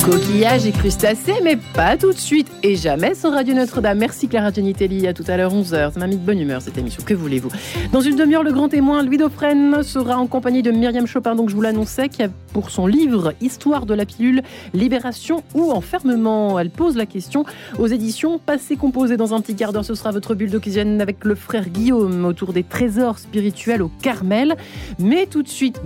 Coquillages et crustacés, mais pas tout de suite et jamais sur Radio Notre-Dame. Merci Clara Gianitelli, à tout à l'heure 11h. Ça m'a mis de bonne humeur cette émission, que voulez-vous. Dans une demi-heure, le grand témoin Louis Dauphren sera en compagnie de Myriam Chopin, donc je vous l'annonçais, qui a pour son livre Histoire de la pilule, libération ou enfermement. Elle pose la question aux éditions Passé Composé. Dans un petit quart d'heure, ce sera votre bulle d'oxygène avec le frère Guillaume autour des trésors spirituels au Carmel. Mais tout de suite,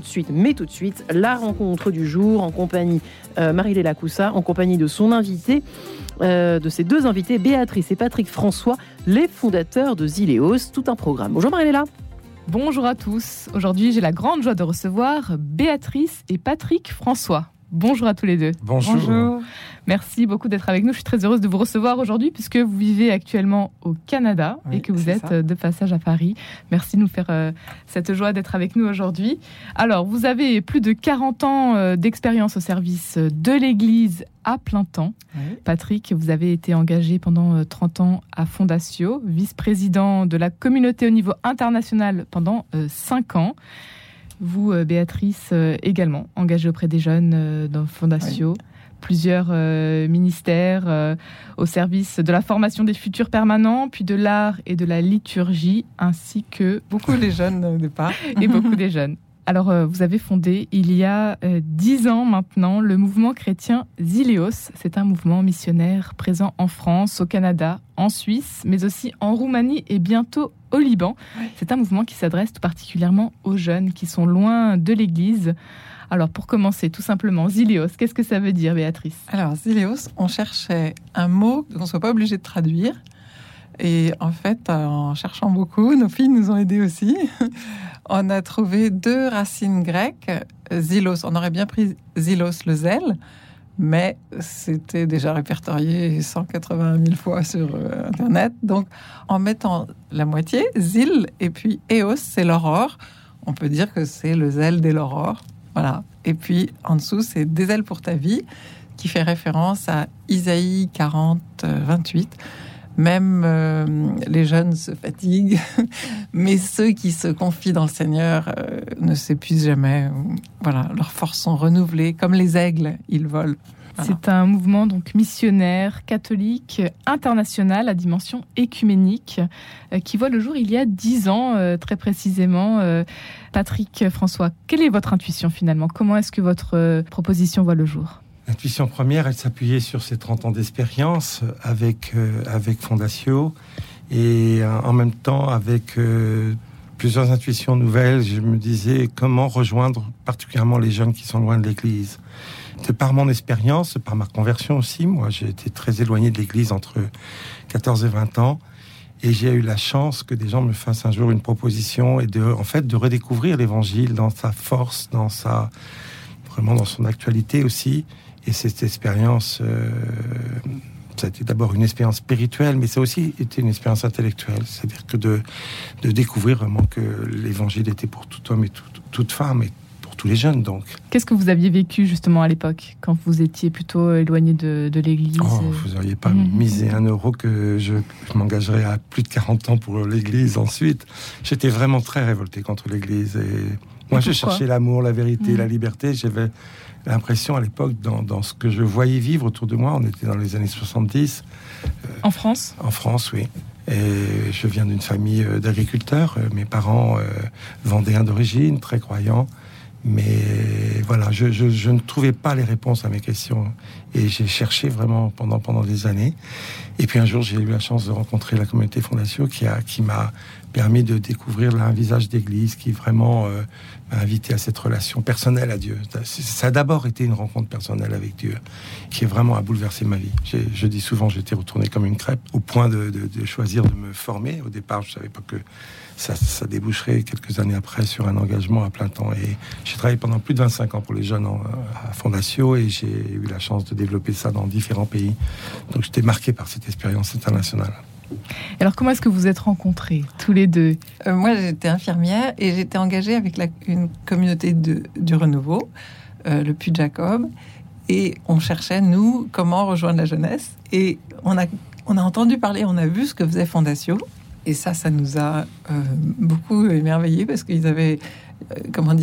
la rencontre du jour en compagnie Marie-Léla Coussa, en compagnie de son invité, de ses deux invités, Béatrice et Patrick François, les fondateurs de Zileos. Tout un programme. Bonjour Marie-Léla. Bonjour à tous. Aujourd'hui, j'ai la grande joie de recevoir Béatrice et Patrick François. Bonjour à tous les deux. Bonjour. Merci beaucoup d'être avec nous. Je suis très heureuse de vous recevoir aujourd'hui puisque vous vivez actuellement au Canada et que vous êtes de passage à Paris. Merci de nous faire cette joie d'être avec nous aujourd'hui. Alors, vous avez plus de 40 ans d'expérience au service de l'Église à plein temps. Oui. Patrick, vous avez été engagé pendant 30 ans à Fondatio, vice-président de la communauté au niveau international pendant 5 ans. Vous, Béatrice, également engagée auprès des jeunes dans Fondatio. Oui. Plusieurs ministères au service de la formation des futurs permanents, puis de l'art et de la liturgie, ainsi que... Beaucoup les jeunes au départ. Et beaucoup des jeunes. Alors, vous avez fondé, il y a 10 ans maintenant, le mouvement chrétien Zileos. C'est un mouvement missionnaire présent en France, au Canada, en Suisse, mais aussi en Roumanie et bientôt au Liban. C'est un mouvement qui s'adresse tout particulièrement aux jeunes qui sont loin de l'Église. Alors, pour commencer, tout simplement, Zileos, qu'est-ce que ça veut dire, Béatrice ? Alors, Zileos, on cherchait un mot qu'on ne soit pas obligé de traduire. Et en fait, en cherchant beaucoup, nos filles nous ont aidés aussi. On a trouvé 2 racines grecques. Zilos, on aurait bien pris Zilos, le zèle, mais c'était déjà répertorié 180 000 fois sur Internet. Donc, en mettant la moitié, Zil, et puis Eos, c'est l'aurore. On peut dire que c'est le zèle dès l'aurore. Voilà. Et puis, en dessous, c'est des ailes pour ta vie, qui fait référence à Isaïe 40, 28. Même les jeunes se fatiguent, mais ceux qui se confient dans le Seigneur ne s'épuisent jamais. Voilà, leurs forces sont renouvelées, comme les aigles, ils volent. Voilà. C'est un mouvement donc missionnaire, catholique, international à dimension écuménique, qui voit le jour il y a 10 ans, très précisément. Patrick François, quelle est votre intuition finalement ? Comment est-ce que votre proposition voit le jour ? L'intuition première, elle s'appuyait sur ces 30 ans d'expérience avec Fondatio et en même temps avec plusieurs intuitions nouvelles. Je me disais comment rejoindre particulièrement les jeunes qui sont loin de l'Église. De par mon expérience, par ma conversion aussi, moi j'ai été très éloigné de l'Église entre 14 et 20 ans et j'ai eu la chance que des gens me fassent un jour une proposition et de redécouvrir l'Évangile dans sa force, vraiment dans son actualité aussi. Et cette expérience, ça a été d'abord une expérience spirituelle, mais ça a aussi été une expérience intellectuelle. C'est-à-dire que de découvrir vraiment que l'Évangile était pour tout homme et toute femme, et pour tous les jeunes, donc. Qu'est-ce que vous aviez vécu, justement, à l'époque, quand vous étiez plutôt éloigné de l'Église ? Vous n'auriez pas misé 1 euro que je m'engagerais à plus de 40 ans pour l'Église ensuite. J'étais vraiment très révolté contre l'Église. Et moi, je cherchais l'amour, la vérité, la liberté. J'avais l'impression à l'époque, dans ce que je voyais vivre autour de moi, on était dans les années 70. En France ? En France, oui. Et je viens d'une famille d'agriculteurs. Mes parents vendéens d'origine, très croyants. Mais voilà, je ne trouvais pas les réponses à mes questions. Et j'ai cherché vraiment pendant des années. Et puis un jour, j'ai eu la chance de rencontrer la communauté Fondatio qui m'a permis de découvrir un visage d'église qui vraiment m'a invité à cette relation personnelle à Dieu. Ça a d'abord été une rencontre personnelle avec Dieu qui vraiment a bouleversé ma vie. Je dis souvent, j'étais retourné comme une crêpe au point de choisir de me former. Au départ, je savais pas que ça déboucherait quelques années après sur un engagement à plein temps. Et j'ai travaillé pendant plus de 25 ans pour les jeunes à Fondatio et j'ai eu la chance de développer ça dans différents pays. Donc j'étais marqué par cette expérience internationale. Alors comment est-ce que vous êtes rencontrés, tous les deux ? Moi j'étais infirmière et j'étais engagée avec une communauté du renouveau, le Puy de Jacob, et on cherchait, nous, comment rejoindre la jeunesse. Et on a entendu parler, on a vu ce que faisait Fondatio. Et ça nous a beaucoup émerveillés parce qu'ils avaient,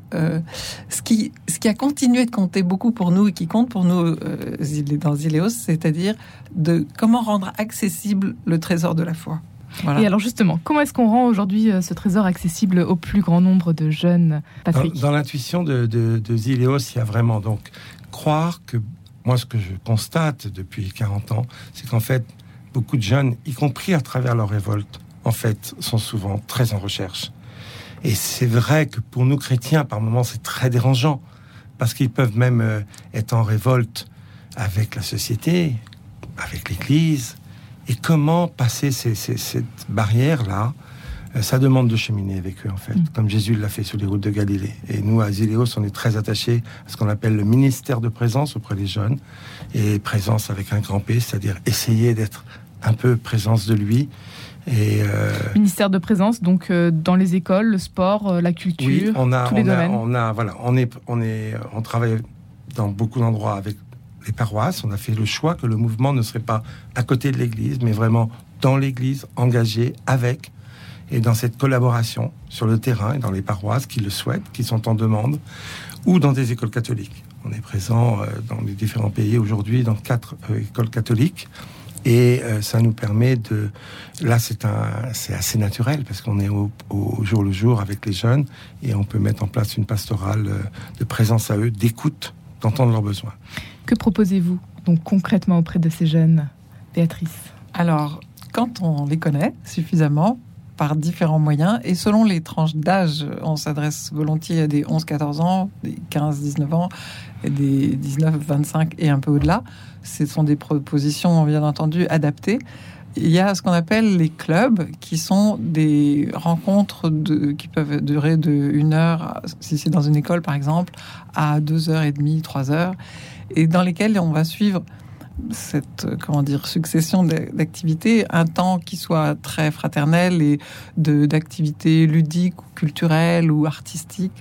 ce qui a continué de compter beaucoup pour nous et qui compte pour nous dans Ziléos, c'est-à-dire de comment rendre accessible le trésor de la foi. Voilà. Et alors justement, comment est-ce qu'on rend aujourd'hui ce trésor accessible au plus grand nombre de jeunes, Patrick ? Dans l'intuition de Ziléos, il y a vraiment donc croire que, moi ce que je constate depuis 40 ans, c'est qu'en fait, beaucoup de jeunes, y compris à travers leur révolte, en fait, sont souvent très en recherche. Et c'est vrai que pour nous chrétiens, par moments, c'est très dérangeant, parce qu'ils peuvent même être en révolte avec la société, avec l'Église. Et comment passer cette barrière-là, ça demande de cheminer avec eux, en fait, comme Jésus l'a fait sur les routes de Galilée. Et nous, à Ziléos, on est très attachés à ce qu'on appelle le ministère de présence auprès des jeunes, et présence avec un grand P, c'est-à-dire essayer d'être un peu présence de lui. Et ministère de présence, donc dans les écoles, le sport, la culture, tous les domaines. On travaille dans beaucoup d'endroits avec les paroisses. On a fait le choix que le mouvement ne serait pas à côté de l'Église, mais vraiment dans l'Église, engagé avec, et dans cette collaboration sur le terrain et dans les paroisses qui le souhaitent, qui sont en demande, ou dans des écoles catholiques. On est présent dans les différents pays aujourd'hui, dans 4 écoles catholiques. Et ça nous permet de... Là, c'est assez naturel, parce qu'on est au jour le jour avec les jeunes, et on peut mettre en place une pastorale de présence à eux, d'écoute, d'entendre leurs besoins. Que proposez-vous donc concrètement auprès de ces jeunes, Béatrice ? Alors, quand on les connaît suffisamment, par différents moyens, et selon les tranches d'âge, on s'adresse volontiers à des 11-14 ans, des 15-19 ans, et des 19-25 et un peu au-delà. Ce sont des propositions, bien entendu, adaptées. Il y a ce qu'on appelle les clubs, qui sont des rencontres qui peuvent durer de 1 heure, si c'est dans une école par exemple, à 2h30, 3h, et dans lesquels on va suivre cette succession d'activités, un temps qui soit très fraternel et d'activités ludiques ou culturelles ou artistiques,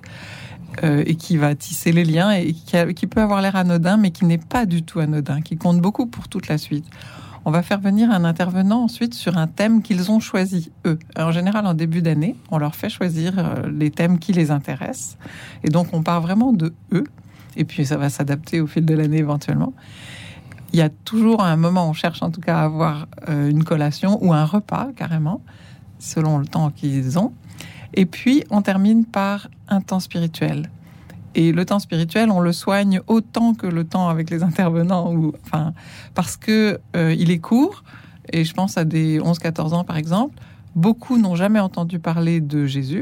et qui va tisser les liens et qui peut avoir l'air anodin, mais qui n'est pas du tout anodin, qui compte beaucoup pour toute la suite. On va faire venir un intervenant ensuite sur un thème qu'ils ont choisi, eux. En général, en début d'année, on leur fait choisir les thèmes qui les intéressent. Et donc, on part vraiment de eux. Et puis, ça va s'adapter au fil de l'année éventuellement. Il y a toujours un moment, on cherche en tout cas à avoir une collation ou un repas, carrément, selon le temps qu'ils ont. Et puis, on termine par un temps spirituel. Et le temps spirituel, on le soigne autant que le temps avec les intervenants, parce que il est court. Et je pense à des 11-14 ans, par exemple. Beaucoup n'ont jamais entendu parler de Jésus.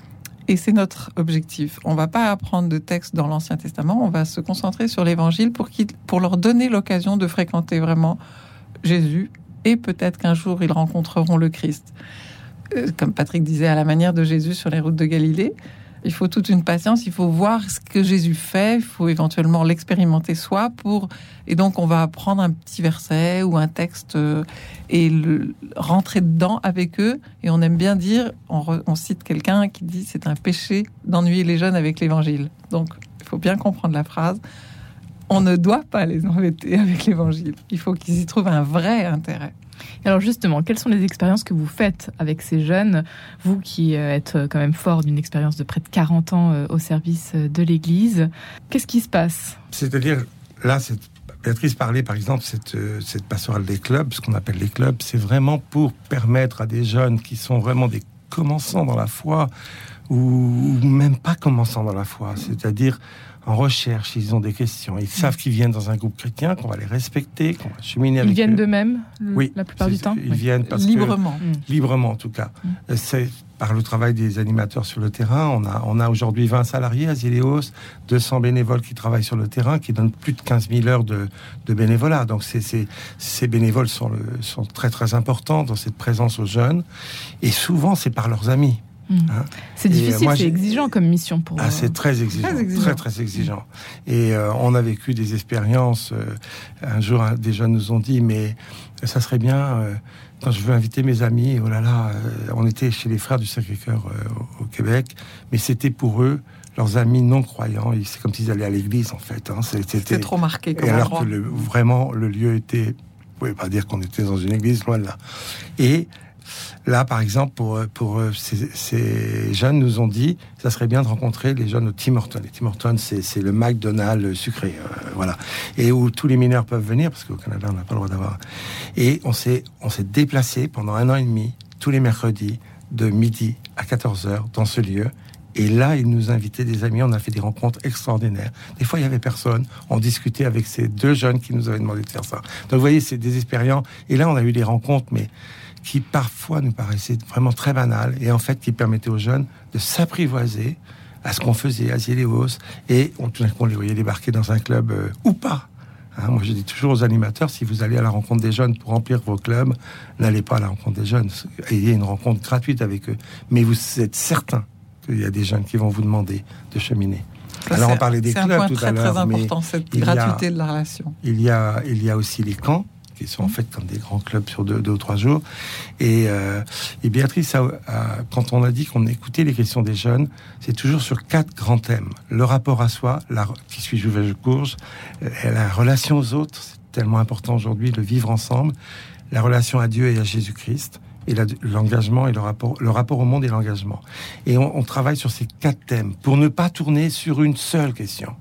Et c'est notre objectif. On ne va pas apprendre de textes dans l'Ancien Testament. On va se concentrer sur l'Évangile pour leur donner l'occasion de fréquenter vraiment Jésus. Et peut-être qu'un jour, ils rencontreront le Christ. Comme Patrick disait, à la manière de Jésus sur les routes de Galilée. Il faut toute une patience, il faut voir ce que Jésus fait, il faut éventuellement l'expérimenter soi et donc on va prendre un petit verset ou un texte et rentrer dedans avec eux. Et on aime bien dire, on cite quelqu'un qui dit c'est un péché d'ennuyer les jeunes avec l'évangile. Donc il faut bien comprendre la phrase. On ne doit pas les embêter avec l'évangile. Il faut qu'ils y trouvent un vrai intérêt. Alors justement, quelles sont les expériences que vous faites avec ces jeunes, vous qui êtes quand même fort d'une expérience de près de 40 ans au service de l'Église? Qu'est-ce qui se passe? C'est-à-dire, là, Béatrice parlait par exemple cette pastorale des clubs, ce qu'on appelle les clubs, c'est vraiment pour permettre à des jeunes qui sont vraiment des commençants dans la foi, ou même pas commençants dans la foi, c'est-à-dire en recherche, ils ont des questions, ils savent qu'ils viennent dans un groupe chrétien, qu'on va les respecter, qu'on va cheminer avec eux. Ils viennent d'eux-mêmes, oui, la plupart du temps. Ils viennent parce librement. Librement en tout cas. C'est par le travail des animateurs sur le terrain. On a aujourd'hui 20 salariés à Ziléos, 200 bénévoles qui travaillent sur le terrain, qui donnent plus de 15 000 heures de bénévolat. Donc ces bénévoles sont très très importants dans cette présence aux jeunes. Et souvent c'est par leurs amis. Hein. C'est difficile, c'est exigeant comme mission pour... c'est très exigeant, très exigeant. Et on a vécu des expériences. Un jour, des jeunes nous ont dit, mais ça serait bien, quand je veux inviter mes amis, oh là là, on était chez les Frères du Sacré-Cœur au Québec, mais c'était pour eux, leurs amis non-croyants, c'est comme s'ils allaient à l'église en fait. Hein. C'était trop marqué comme alors que vraiment, le lieu était... Vous ne pouvez pas dire qu'on était dans une église, loin de là. Et là, par exemple, pour ces jeunes, nous ont dit, ça serait bien de rencontrer les jeunes au Tim Hortons. Les Tim Hortons, c'est le McDonald's sucré, voilà, et où tous les mineurs peuvent venir, parce qu'au Canada, on n'a pas le droit d'avoir. Et on s'est déplacé pendant 1 an et demi, tous les mercredis, de midi à 14h, dans ce lieu. Et là, ils nous invitaient des amis, on a fait des rencontres extraordinaires. Des fois, il y avait personne. On discutait avec ces 2 jeunes qui nous avaient demandé de faire ça. Donc, vous voyez, c'est désespérant. Et là, on a eu des rencontres, mais qui parfois nous paraissaient vraiment très banales, et en fait, qui permettaient aux jeunes de s'apprivoiser à ce qu'on faisait à Ziléos. Et tout d'un coup, on les voyait débarquer dans un club ou pas. Moi, je dis toujours aux animateurs, si vous allez à la rencontre des jeunes pour remplir vos clubs, n'allez pas à la rencontre des jeunes. Ayez une rencontre gratuite avec eux. Mais vous êtes certain qu'il y a des jeunes qui vont vous demander de cheminer. Alors, on parlait des clubs tout à l'heure. C'est un point très important, cette gratuité de la relation. Il y a aussi les camps, qui sont en fait comme des grands clubs sur 2 ou 3 jours. Et Béatrice, quand on a dit qu'on écoutait les questions des jeunes, c'est toujours sur 4 grands thèmes. Le rapport à soi, qui suis-je, où vais-je, courge, la relation aux autres, c'est tellement important aujourd'hui, le vivre ensemble, la relation à Dieu et à Jésus-Christ, et l'engagement et le rapport au monde et l'engagement. Et on travaille sur ces 4 thèmes pour ne pas tourner sur une seule question.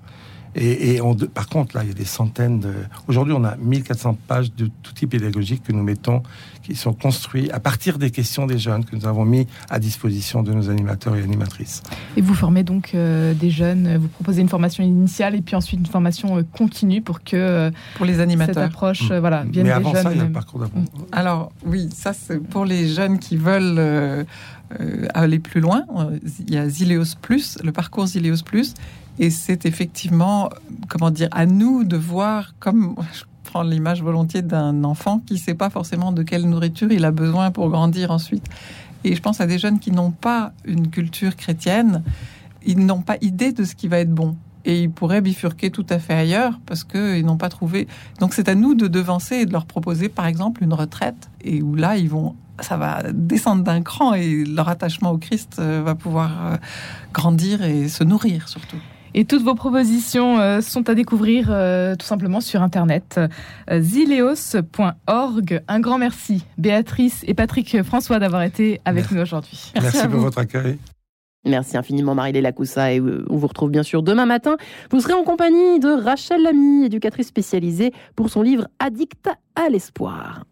Par contre, là, il y a des centaines Aujourd'hui, on a 1400 pages de tout type pédagogique que nous mettons, qui sont construits à partir des questions des jeunes que nous avons mis à disposition de nos animateurs et animatrices. Et vous formez donc des jeunes, vous proposez une formation initiale et puis ensuite une formation continue pour les animateurs. Cette approche, vienne des jeunes. Mais avant ça, il y a le parcours d'avant. Alors, oui, ça, c'est pour les jeunes qui veulent aller plus loin. Il y a Ziléos Plus, le parcours Ziléos Plus. Et c'est effectivement, à nous de voir, comme je prends l'image volontiers d'un enfant qui ne sait pas forcément de quelle nourriture il a besoin pour grandir ensuite. Et je pense à des jeunes qui n'ont pas une culture chrétienne, ils n'ont pas idée de ce qui va être bon. Et ils pourraient bifurquer tout à fait ailleurs parce qu'ils n'ont pas trouvé. Donc c'est à nous de devancer et de leur proposer, par exemple, une retraite. Et où là, ça va descendre d'un cran et leur attachement au Christ va pouvoir grandir et se nourrir surtout. Et toutes vos propositions sont à découvrir tout simplement sur Internet, zileos.org. Un grand merci, Béatrice et Patrick François, d'avoir été avec nous aujourd'hui. Merci pour votre accueil. Merci infiniment Marie-Léla Lacoussa, et on vous retrouve bien sûr demain matin. Vous serez en compagnie de Rachel Lamy, éducatrice spécialisée pour son livre Addict à l'espoir.